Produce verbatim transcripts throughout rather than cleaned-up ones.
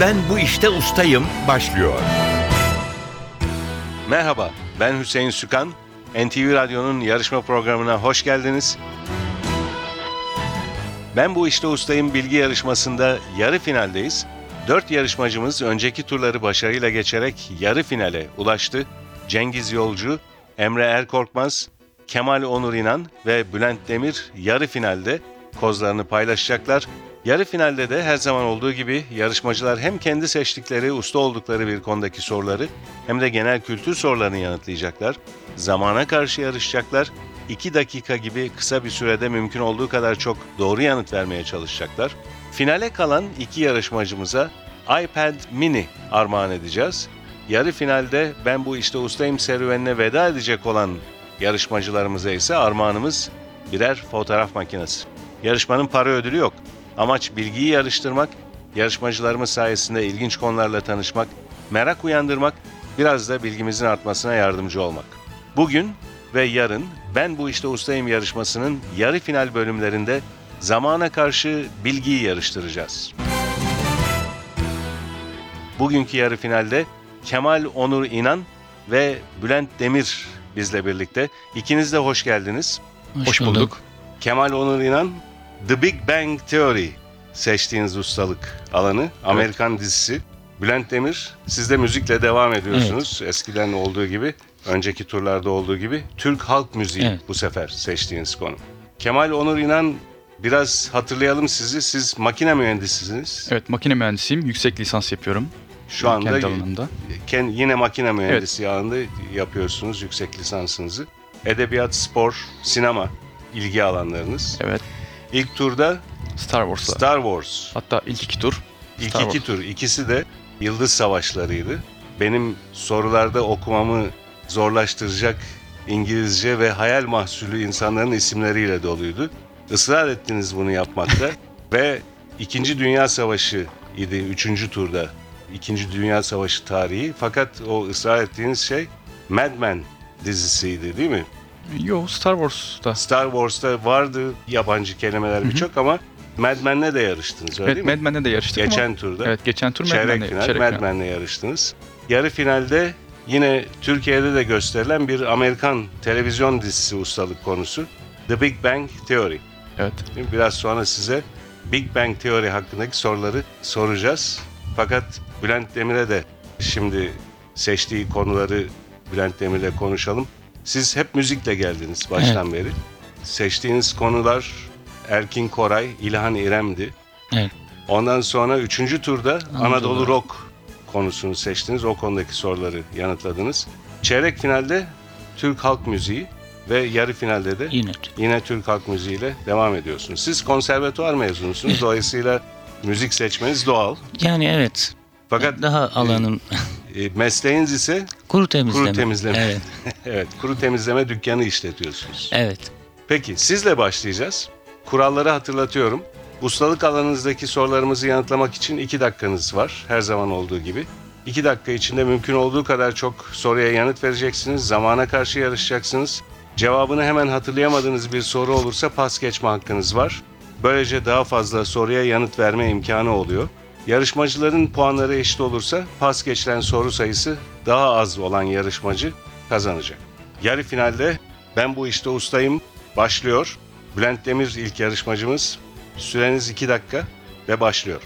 Ben bu işte ustayım başlıyor. Merhaba, ben Hüseyin Sükan. N T V Radyo'nun yarışma programına hoş geldiniz. Ben bu işte ustayım bilgi yarışmasında yarı finaldeyiz. Dört yarışmacımız önceki turları başarıyla geçerek yarı finale ulaştı. Cengiz Yolcu, Emre Erkorkmaz, Kemal Onur İnan ve Bülent Demir yarı finalde kozlarını paylaşacaklar. Yarı finalde de her zaman olduğu gibi yarışmacılar hem kendi seçtikleri, usta oldukları bir konudaki soruları hem de genel kültür sorularını yanıtlayacaklar. Zamana karşı yarışacaklar. iki dakika gibi kısa bir sürede mümkün olduğu kadar çok doğru yanıt vermeye çalışacaklar. Finale kalan iki yarışmacımıza iPad mini armağan edeceğiz. Yarı finalde ben bu işte ustayım serüvenine veda edecek olan yarışmacılarımıza ise armağanımız birer fotoğraf makinesi. Yarışmanın para ödülü yok. Amaç bilgiyi yarıştırmak, yarışmacılarımız sayesinde ilginç konularla tanışmak, merak uyandırmak, biraz da bilgimizin artmasına yardımcı olmak. Bugün ve yarın Ben Bu İşte Ustayım yarışmasının yarı final bölümlerinde zamana karşı bilgiyi yarıştıracağız. Bugünkü yarı finalde Kemal Onur İnan ve Bülent Demir bizle birlikte. İkiniz de hoş geldiniz. Hoş, hoş bulduk. bulduk. Kemal Onur İnan, The Big Bang Theory seçtiğiniz ustalık alanı, Amerikan evet. dizisi. Bülent Demir, siz de müzikle devam ediyorsunuz. Evet. Eskiden olduğu gibi, önceki turlarda olduğu gibi. Türk halk müziği evet. bu sefer seçtiğiniz konu. Kemal Onur İnan, biraz hatırlayalım sizi. Siz makine mühendisisiniz. Evet, makine mühendisiyim. Yüksek lisans yapıyorum. Şu anda kendi alanımda. Kend, yine makine mühendisi evet. alanında yapıyorsunuz yüksek lisansınızı. Edebiyat, spor, sinema ilgi alanlarınız. Evet. İlk turda Star Wars'la. Star Wars. Hatta ilk iki tur. İlk Star iki Wars. tur. İkisi de Yıldız Savaşları'ydı. Benim sorularda okumamı zorlaştıracak İngilizce ve hayal mahsulü insanların isimleriyle doluydu. Israr ettiniz bunu yapmakta ve İkinci Dünya Savaşı idi üçüncü turda. İkinci Dünya Savaşı tarihi. Fakat o ısrar ettiğiniz şey Mad Men dizisiydi değil mi? Yok, Star Wars'ta. Star Wars'ta vardı yabancı kelimeler birçok ama Mad Men'le de yarıştınız öyle evet, değil mi? Mad Men'le de yarıştık geçen ama. turda. Evet, geçen tur çeyrek Mad final, Men'le Mad Men'le yarıştınız. Yarı finalde yine Türkiye'de de gösterilen bir Amerikan televizyon dizisi ustalık konusu. The Big Bang Theory. Evet. Biraz sonra size Big Bang Theory hakkındaki soruları soracağız. Fakat Bülent Demir'e de şimdi seçtiği konuları Bülent Demir'le konuşalım. Siz hep müzikle geldiniz baştan evet. beri. Seçtiğiniz konular Erkin Koray, İlhan İrem'di. Evet. Ondan sonra üçüncü turda Anadolu, Anadolu Rock konusunu seçtiniz. O konudaki soruları yanıtladınız. Çeyrek finalde Türk halk müziği ve yarı finalde de yine, yine Türk halk müziğiyle devam ediyorsunuz. Siz konservatuvar mezunusunuz. Dolayısıyla müzik seçmeniz doğal. Yani evet. Fakat daha alanım. E, mesleğiniz ise kuru temizleme. Kuru temizleme. Evet. evet, kuru temizleme dükkanı işletiyorsunuz. Evet. Peki, sizle başlayacağız. Kuralları hatırlatıyorum. Ustalık alanınızdaki sorularımızı yanıtlamak için iki dakikanız var. Her zaman olduğu gibi. iki dakika içinde mümkün olduğu kadar çok soruya yanıt vereceksiniz. Zamana karşı yarışacaksınız. Cevabını hemen hatırlayamadığınız bir soru olursa pas geçme hakkınız var. Böylece daha fazla soruya yanıt verme imkanı oluyor. Yarışmacıların puanları eşit olursa pas geçilen soru sayısı daha az olan yarışmacı kazanacak. Yarı finalde Ben Bu İşte Ustayım başlıyor. Bülent Demir ilk yarışmacımız. Süreniz iki dakika ve başlıyor.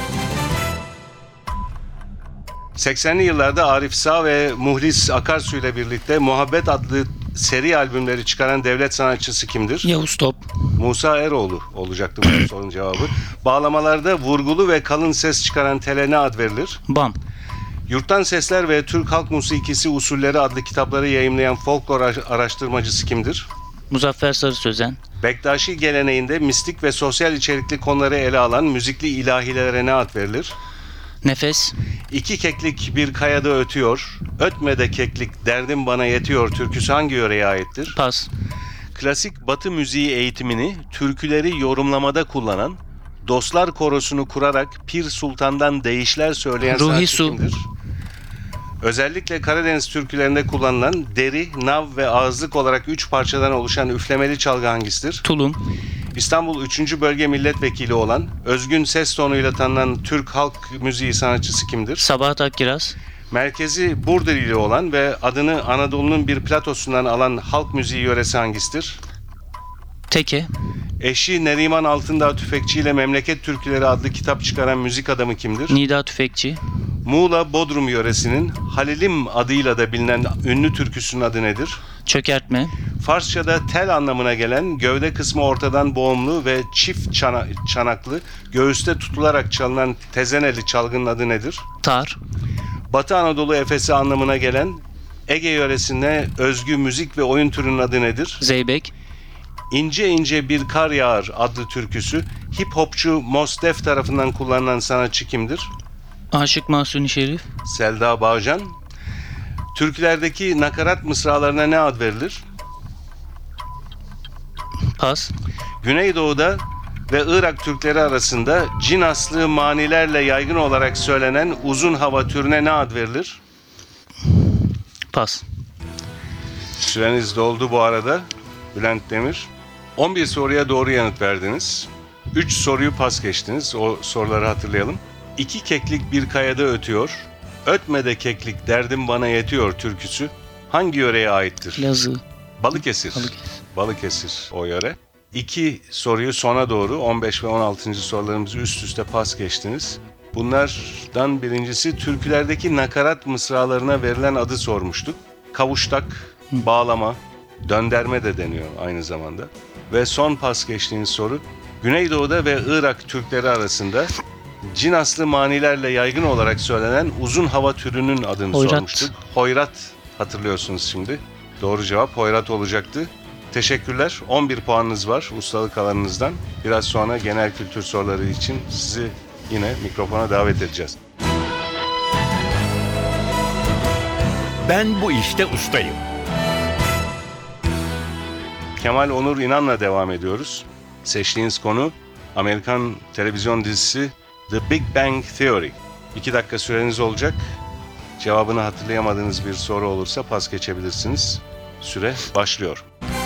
seksenli yıllarda Arif Sağ ve Muhlis Akarsu ile birlikte Muhabbet adlı seri albümleri çıkaran devlet sanatçısı kimdir? Yavuz Top. Musa Eroğlu olacaktı bu sorunun cevabı. Bağlamalarda vurgulu ve kalın ses çıkaran tele ne ad verilir? Bam. Yurttan Sesler ve Türk Halk Musikisi Usulleri adlı kitapları yayımlayan folklor araştırmacısı kimdir? Muzaffer Sarı Sözen. Bektaşi geleneğinde mistik ve sosyal içerikli konuları ele alan müzikli ilahilere ne ad verilir? Nefes. İki keklik bir kayada ötüyor. Ötme de keklik derdim bana yetiyor türküsü hangi yöreye aittir? Pas. Klasik Batı müziği eğitimini türküleri yorumlamada kullanan, Dostlar Korosu'nu kurarak Pir Sultan'dan deyişler söyleyen Ruhi sanatçı Su. kimdir? Özellikle Karadeniz türkülerinde kullanılan deri, nav ve ağızlık olarak üç parçadan oluşan üflemeli çalgı hangisidir? Tulum. İstanbul üçüncü Bölge Milletvekili olan, özgün ses tonuyla tanınan Türk halk müziği sanatçısı kimdir? Sabahat Akkiraz. Merkezi Burdurili olan ve adını Anadolu'nun bir platosundan alan halk müziği yöresi hangisidir? Teke. Eşi Neriman Altındağ Tüfekçi ile Memleket Türküleri adlı kitap çıkaran müzik adamı kimdir? Nida Tüfekçi. Muğla Bodrum yöresinin Halilim adıyla da bilinen ünlü türküsünün adı nedir? Çökertme. Farsçada tel anlamına gelen, gövde kısmı ortadan boğumlu ve çift çana- çanaklı, göğüste tutularak çalınan tezeneli çalgının adı nedir? Tar. Batı Anadolu Efesi anlamına gelen, Ege yöresine özgü müzik ve oyun türünün adı nedir? Zeybek. İnce ince bir kar yağar adlı türküsü, hip hopçu Mos Def tarafından kullanılan sanatçı kimdir? Aşık Mahsuni Şerif. Selda Bağcan. Türkülerdeki nakarat mısralarına ne ad verilir? Pas. Güneydoğu'da ve Irak Türkleri arasında cin aslı manilerle yaygın olarak söylenen uzun hava türüne ne ad verilir? Pas. Süreniz doldu bu arada Bülent Demir. on bir soruya doğru yanıt verdiniz. üç soruyu pas geçtiniz. O soruları hatırlayalım. İki keklik bir kayada ötüyor. Ötme de keklik derdim bana yetiyor türküsü hangi yöreye aittir? Lazı. Balıkesir. Balıkesir. Balıkesir o yöre. İki soruyu sona doğru on beş ve on altıncı sorularımızı üst üste pas geçtiniz. Bunlardan birincisi türkülerdeki nakarat mısralarına verilen adı sormuştuk. Kavuştak, bağlama, dönderme de deniyor aynı zamanda. Ve son pas geçtiğiniz soru, Güneydoğu'da ve Irak Türkleri arasında cin aslı manilerle yaygın olarak söylenen uzun hava türünün adını Hoyrat. sormuştuk. Hoyrat hatırlıyorsunuz şimdi. Doğru cevap hoyrat olacaktı. Teşekkürler. on bir puanınız var ustalık alanınızdan. Biraz sonra genel kültür soruları için sizi yine mikrofona davet edeceğiz. Ben bu işte ustayım. Kemal Onur İnan'la devam ediyoruz. Seçtiğiniz konu Amerikan televizyon dizisi The Big Bang Theory. İki dakika süreniz olacak. Cevabını hatırlayamadığınız bir soru olursa pas geçebilirsiniz. Süre başlıyor.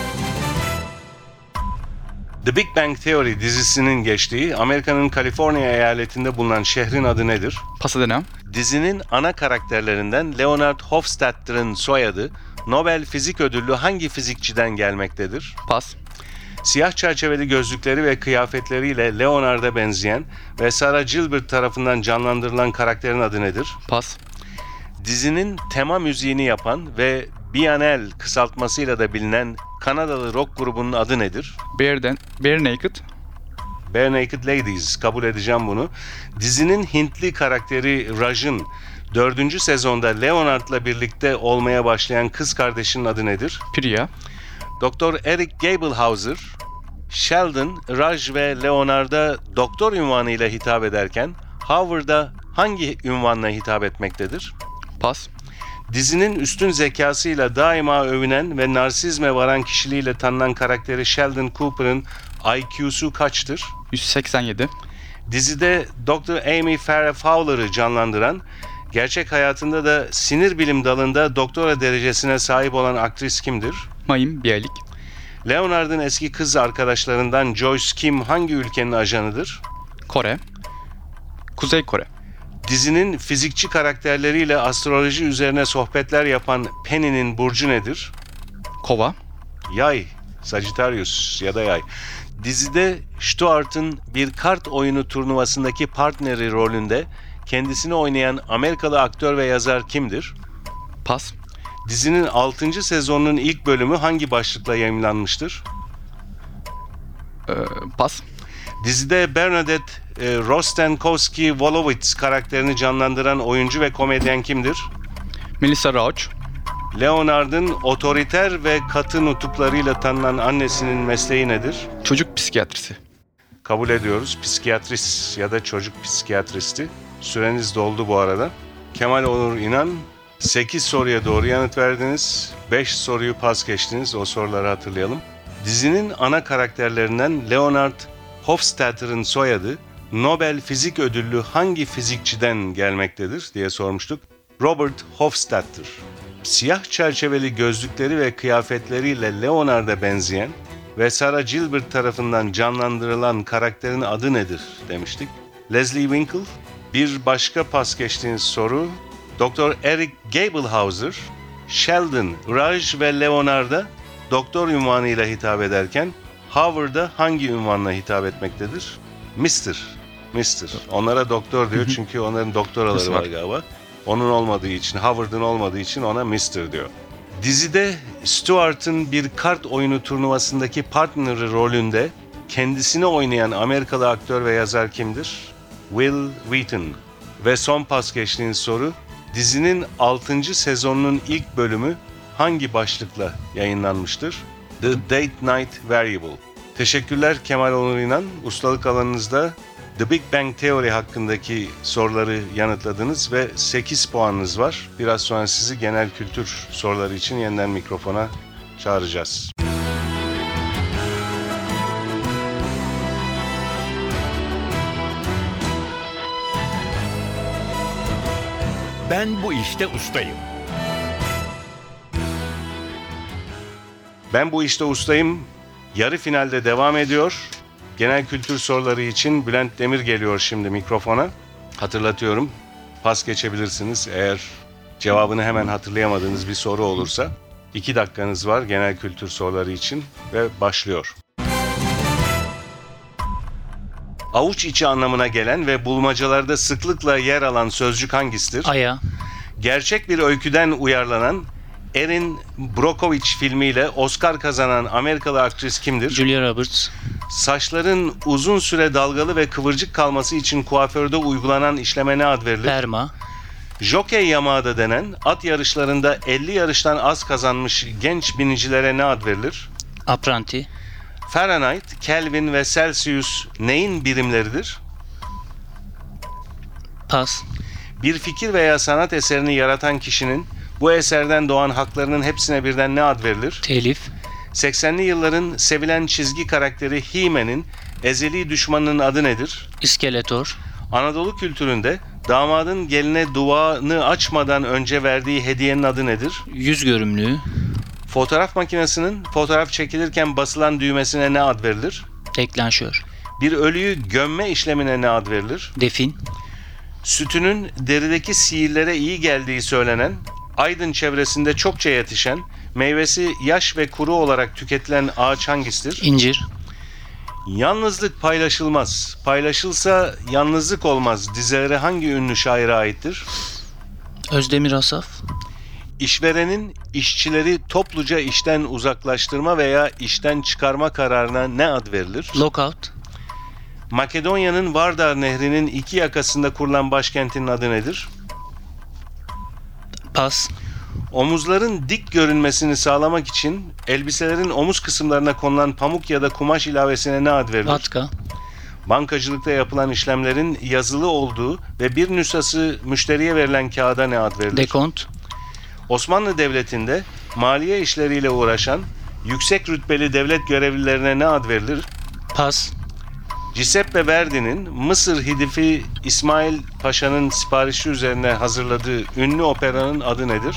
The Big Bang Theory dizisinin geçtiği Amerika'nın Kaliforniya eyaletinde bulunan şehrin adı nedir? Pasadena. Dizinin ana karakterlerinden Leonard Hofstadter'ın soyadı Nobel Fizik Ödüllü hangi fizikçiden gelmektedir? Pas. Siyah çerçeveli gözlükleri ve kıyafetleriyle Leonard'a benzeyen ve Sarah Gilbert tarafından canlandırılan karakterin adı nedir? Pas. Dizinin tema müziğini yapan ve B and L kısaltmasıyla da bilinen Kanadalı rock grubunun adı nedir? Bare'den. Bare Naked. Bare Naked Ladies, kabul edeceğim bunu. Dizinin Hintli karakteri Raj'ın dördüncü sezonda Leonard'la birlikte olmaya başlayan kız kardeşinin adı nedir? Priya. Doktor Eric Gablehauser, Sheldon, Raj ve Leonard'a doktor ünvanıyla hitap ederken Howard'a hangi ünvanla hitap etmektedir? Pas. Dizinin üstün zekasıyla daima övünen ve narsizme varan kişiliğiyle tanınan karakteri Sheldon Cooper'ın I Q'su kaçtır? yüz seksen yedi. Dizide doktor Amy Farrah Fowler'ı canlandıran, gerçek hayatında da sinir bilim dalında doktora derecesine sahip olan aktris kimdir? Mayim Bialik. Leonard'ın eski kız arkadaşlarından Joyce Kim hangi ülkenin ajanıdır? Kore. Kuzey Kore. Dizinin fizikçi karakterleriyle astroloji üzerine sohbetler yapan Penny'nin burcu nedir? Kova. Yay, Sagittarius ya da yay. Dizide Stuart'ın bir kart oyunu turnuvasındaki partneri rolünde kendisini oynayan Amerikalı aktör ve yazar kimdir? Pas. Dizinin altıncı sezonunun ilk bölümü hangi başlıkla yayımlanmıştır? Ee, pas. Dizide Bernadette e, Rostenkowski-Wolowitz karakterini canlandıran oyuncu ve komedyen kimdir? Melissa Rauch. Leonard'ın otoriter ve katı nutuklarıyla tanınan annesinin mesleği nedir? Çocuk psikiyatrisi. Kabul ediyoruz. Psikiyatrist ya da çocuk psikiyatristi. Süreniz doldu bu arada. Kemal Onur İnan, sekiz soruya doğru yanıt verdiniz. beş soruyu pas geçtiniz. O soruları hatırlayalım. Dizinin ana karakterlerinden Leonard Hofstadter'ın soyadı Nobel Fizik Ödüllü hangi fizikçiden gelmektedir diye sormuştuk. Robert Hofstadter. Siyah çerçeveli gözlükleri ve kıyafetleriyle Leonard'a benzeyen ve Sarah Gilbert tarafından canlandırılan karakterin adı nedir demiştik. Leslie Winkle. Bir başka pas geçtiğiniz soru, Doktor Eric Gablehauser, Sheldon, Raj ve Leonard'a doktor ünvanıyla hitap ederken Howard'a hangi ünvanla hitap etmektedir? Mister Mister Onlara doktor diyor çünkü onların doktoraları var galiba. Onun olmadığı için, Howard'ın olmadığı için ona Mister diyor. Dizide Stewart'ın bir kart oyunu turnuvasındaki partneri rolünde kendisini oynayan Amerikalı aktör ve yazar kimdir? Will Wheaton. Ve son pas geçtiğiniz soru, dizinin altıncı sezonunun ilk bölümü hangi başlıkla yayınlanmıştır? The Date Night Variable. Teşekkürler Kemal Onur İnan. Ustalık alanınızda The Big Bang Theory hakkındaki soruları yanıtladınız ve sekiz puanınız var. Biraz sonra sizi genel kültür soruları için yeniden mikrofona çağıracağız. Ben bu işte ustayım. Ben bu işte ustayım. Yarı finalde devam ediyor. Genel kültür soruları için Bülent Demir geliyor şimdi mikrofona. Hatırlatıyorum. Pas geçebilirsiniz eğer cevabını hemen hatırlayamadığınız bir soru olursa. İki dakikanız var genel kültür soruları için ve başlıyor. Avuç içi anlamına gelen ve bulmacalarda sıklıkla yer alan sözcük hangisidir? Aya. Gerçek bir öyküden uyarlanan Erin Brockovich filmiyle Oscar kazanan Amerikalı aktris kimdir? Julia Roberts. Saçların uzun süre dalgalı ve kıvırcık kalması için kuaförde uygulanan işleme ne ad verilir? Perma. Jockey yamağı da denen at yarışlarında elli yarıştan az kazanmış genç binicilere ne ad verilir? Apranti. Fahrenheit, Kelvin ve Celsius neyin birimleridir? Pas. Bir fikir veya sanat eserini yaratan kişinin bu eserden doğan haklarının hepsine birden ne ad verilir? Telif. seksenli yılların sevilen çizgi karakteri He-Man'in ezeli düşmanının adı nedir? İskeletor. Anadolu kültüründe damadın geline duanı açmadan önce verdiği hediyenin adı nedir? Yüz görümlüğü. Fotoğraf makinesinin fotoğraf çekilirken basılan düğmesine ne ad verilir? Deklanşör. Bir ölüyü gömme işlemine ne ad verilir? Defin. Sütünün derideki sihirlere iyi geldiği söylenen, Aydın çevresinde çokça yetişen, meyvesi yaş ve kuru olarak tüketilen ağaç hangisidir? İncir. Yalnızlık paylaşılmaz, paylaşılsa yalnızlık olmaz dizeleri hangi ünlü şaire aittir? Özdemir Asaf. İşverenin işçileri topluca işten uzaklaştırma veya işten çıkarma kararına ne ad verilir? Lockout. Makedonya'nın Vardar Nehri'nin iki yakasında kurulan başkentinin adı nedir? Pas. Omuzların dik görünmesini sağlamak için elbiselerin omuz kısımlarına konulan pamuk ya da kumaş ilavesine ne ad verilir? Vatka. Bankacılıkta yapılan işlemlerin yazılı olduğu ve bir nüshası müşteriye verilen kağıda ne ad verilir? Dekont. Osmanlı Devleti'nde maliye işleriyle uğraşan yüksek rütbeli devlet görevlilerine ne ad verilir? Pas. Giuseppe Verdi'nin Mısır Hidifi İsmail Paşa'nın siparişi üzerine hazırladığı ünlü operanın adı nedir?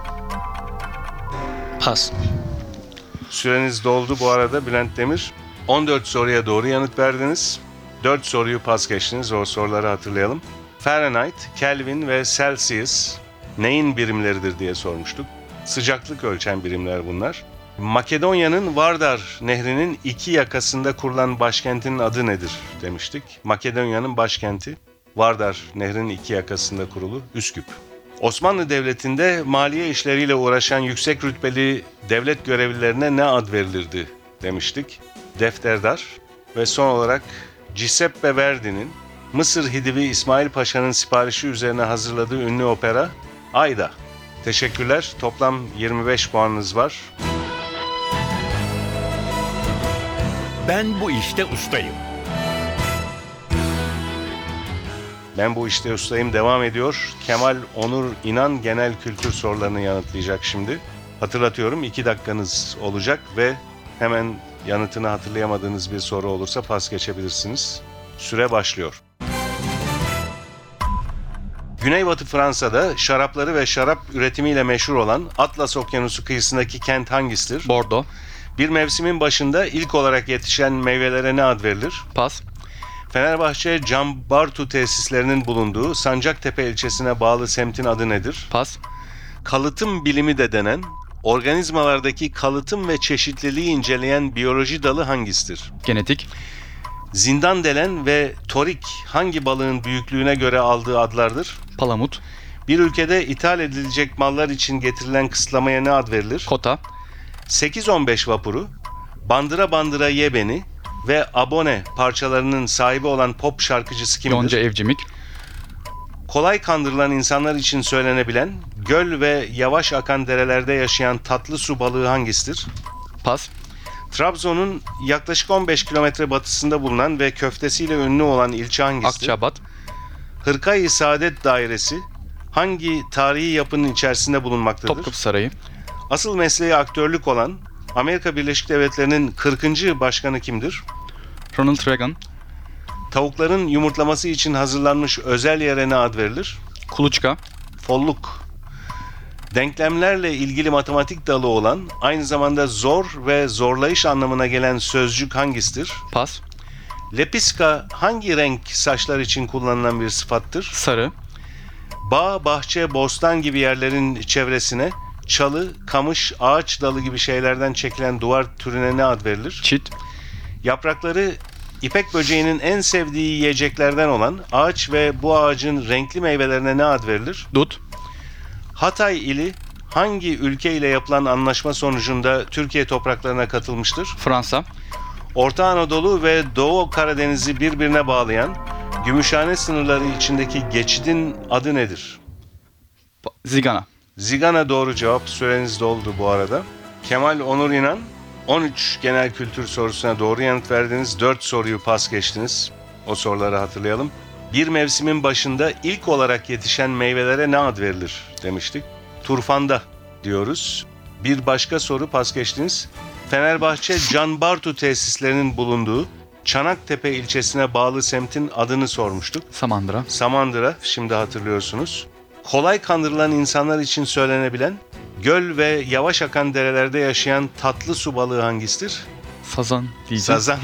Pas. Süreniz doldu bu arada Bülent Demir. on dört soruya doğru yanıt verdiniz. dört soruyu pas geçtiniz. O soruları hatırlayalım. Fahrenheit, Kelvin ve Celsius neyin birimleridir diye sormuştuk. Sıcaklık ölçen birimler bunlar. Makedonya'nın Vardar Nehri'nin iki yakasında kurulan başkentinin adı nedir demiştik. Makedonya'nın başkenti Vardar Nehri'nin iki yakasında kurulu Üsküp. Osmanlı Devleti'nde maliye işleriyle uğraşan yüksek rütbeli devlet görevlilerine ne ad verilirdi demiştik. Defterdar. Ve son olarak Giuseppe Verdi'nin Mısır Hidivi İsmail Paşa'nın siparişi üzerine hazırladığı ünlü opera Ayda. Teşekkürler. Toplam yirmi beş puanınız var. Ben bu işte ustayım. Ben bu işte ustayım devam ediyor. Kemal Onur İnan genel kültür sorularını yanıtlayacak şimdi. Hatırlatıyorum iki dakikanız olacak ve hemen yanıtını hatırlayamadığınız bir soru olursa pas geçebilirsiniz. Süre başlıyor. Güneybatı Fransa'da şarapları ve şarap üretimiyle meşhur olan Atlas Okyanusu kıyısındaki kent hangisidir? Bordeaux. Bir mevsimin başında ilk olarak yetişen meyvelere ne ad verilir? Pas. Fenerbahçe Can Bartu tesislerinin bulunduğu Sancaktepe ilçesine bağlı semtin adı nedir? Pas. Kalıtım bilimi de denen, organizmalardaki kalıtım ve çeşitliliği inceleyen biyoloji dalı hangisidir? Genetik. Zindandelen ve torik hangi balığın büyüklüğüne göre aldığı adlardır? Palamut. Bir ülkede ithal edilecek mallar için getirilen kısıtlamaya ne ad verilir? Kota. sekiz on beş vapuru, Bandıra Bandıra Ye Beni ve Abone parçalarının sahibi olan pop şarkıcısı kimdir? Yonca Evcimik. Kolay kandırılan insanlar için söylenebilen, göl ve yavaş akan derelerde yaşayan tatlı su balığı hangisidir? Pas. Trabzon'un yaklaşık on beş kilometre batısında bulunan ve köftesiyle ünlü olan ilçe hangisidir? Akçabat. Hırkayı Saadet Dairesi hangi tarihi yapının içerisinde bulunmaktadır? Topkapı Sarayı. Asıl mesleği aktörlük olan Amerika Birleşik Devletleri'nin kırkıncı başkanı kimdir? Ronald Reagan. Tavukların yumurtlaması için hazırlanmış özel yere ne ad verilir? Kuluçka. Folluk. Denklemlerle ilgili matematik dalı olan, aynı zamanda zor ve zorlayış anlamına gelen sözcük hangisidir? Pas. Lepiska hangi renk saçlar için kullanılan bir sıfattır? Sarı. Bağ, bahçe, bostan gibi yerlerin çevresine çalı, kamış, ağaç dalı gibi şeylerden çekilen duvar türüne ne ad verilir? Çit. Yaprakları ipek böceğinin en sevdiği yiyeceklerden olan ağaç ve bu ağacın renkli meyvelerine ne ad verilir? Dut. Hatay ili hangi ülke ile yapılan anlaşma sonucunda Türkiye topraklarına katılmıştır? Fransa. Orta Anadolu ve Doğu Karadeniz'i birbirine bağlayan Gümüşhane sınırları içindeki geçidin adı nedir? Pa- Zigana. Zigana doğru cevap. Süreniz doldu bu arada. Kemal Onur İnan, on üç genel kültür sorusuna doğru yanıt verdiniz. dört soruyu pas geçtiniz. O soruları hatırlayalım. Bir mevsimin başında ilk olarak yetişen meyvelere ne ad verilir demiştik. Turfanda diyoruz. Bir başka soru pas geçtiniz. Fenerbahçe Can Bartu tesislerinin bulunduğu Çanakktepe ilçesine bağlı semtin adını sormuştuk. Samandıra. Samandıra, şimdi hatırlıyorsunuz. Kolay kandırılan insanlar için söylenebilen, göl ve yavaş akan derelerde yaşayan tatlı su balığı hangisidir? Sazan diyeceğim. Sazan.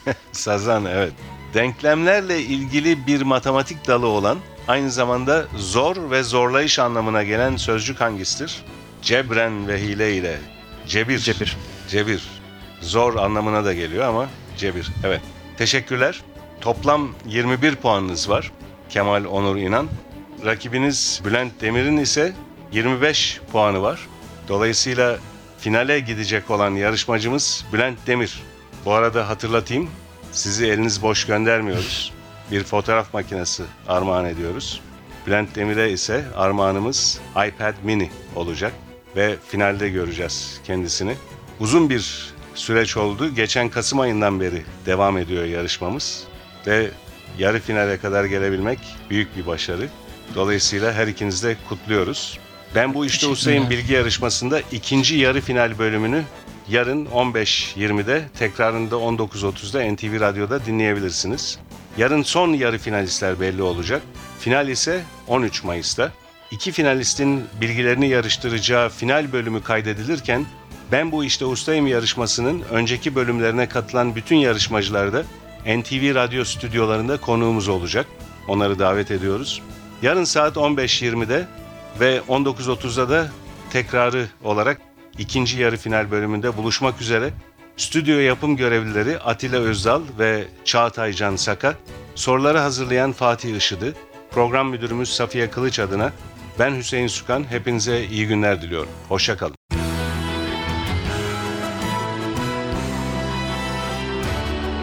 Sazan, evet. Denklemlerle ilgili bir matematik dalı olan, aynı zamanda zor ve zorlayış anlamına gelen sözcük hangisidir? Cebren ve hile ile. Cebir. Cebir. Cebir. Zor anlamına da geliyor ama cebir. Evet. Teşekkürler. Toplam yirmi bir puanınız var. Kemal Onur İnan. Rakibiniz Bülent Demir'in ise yirmi beş puanı var. Dolayısıyla finale gidecek olan yarışmacımız Bülent Demir. Bu arada hatırlatayım, sizi eliniz boş göndermiyoruz. Bir fotoğraf makinesi armağan ediyoruz. Bülent Demir'e ise armağanımız iPad mini olacak ve finalde göreceğiz kendisini. Uzun bir süreç oldu. Geçen Kasım ayından beri devam ediyor yarışmamız ve yarı finale kadar gelebilmek büyük bir başarı. Dolayısıyla her ikinizi de kutluyoruz. Ben bu işte ustayım bilgi yarışmasında ikinci yarı final bölümünü yarın on beş yirmide, tekrarında on dokuz otuzda N T V Radyo'da dinleyebilirsiniz. Yarın son yarı finalistler belli olacak. Final ise on üç Mayıs'ta. İki finalistin bilgilerini yarıştıracağı final bölümü kaydedilirken, Ben bu işte ustayım yarışmasının önceki bölümlerine katılan bütün yarışmacılar da N T V Radyo stüdyolarında konuğumuz olacak. Onları davet ediyoruz. Yarın saat on beş yirmide ve on dokuz otuzda da tekrarı olarak ikinci yarı final bölümünde buluşmak üzere. Stüdyo yapım görevlileri Atilla Özdal ve Çağatay Can Saka, soruları hazırlayan Fatih Işıdı, program müdürümüz Safiye Kılıç adına ben Hüseyin Sükan, hepinize iyi günler diliyorum. Hoşça kalın.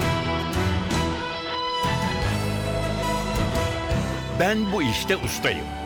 Ben bu işte ustayım.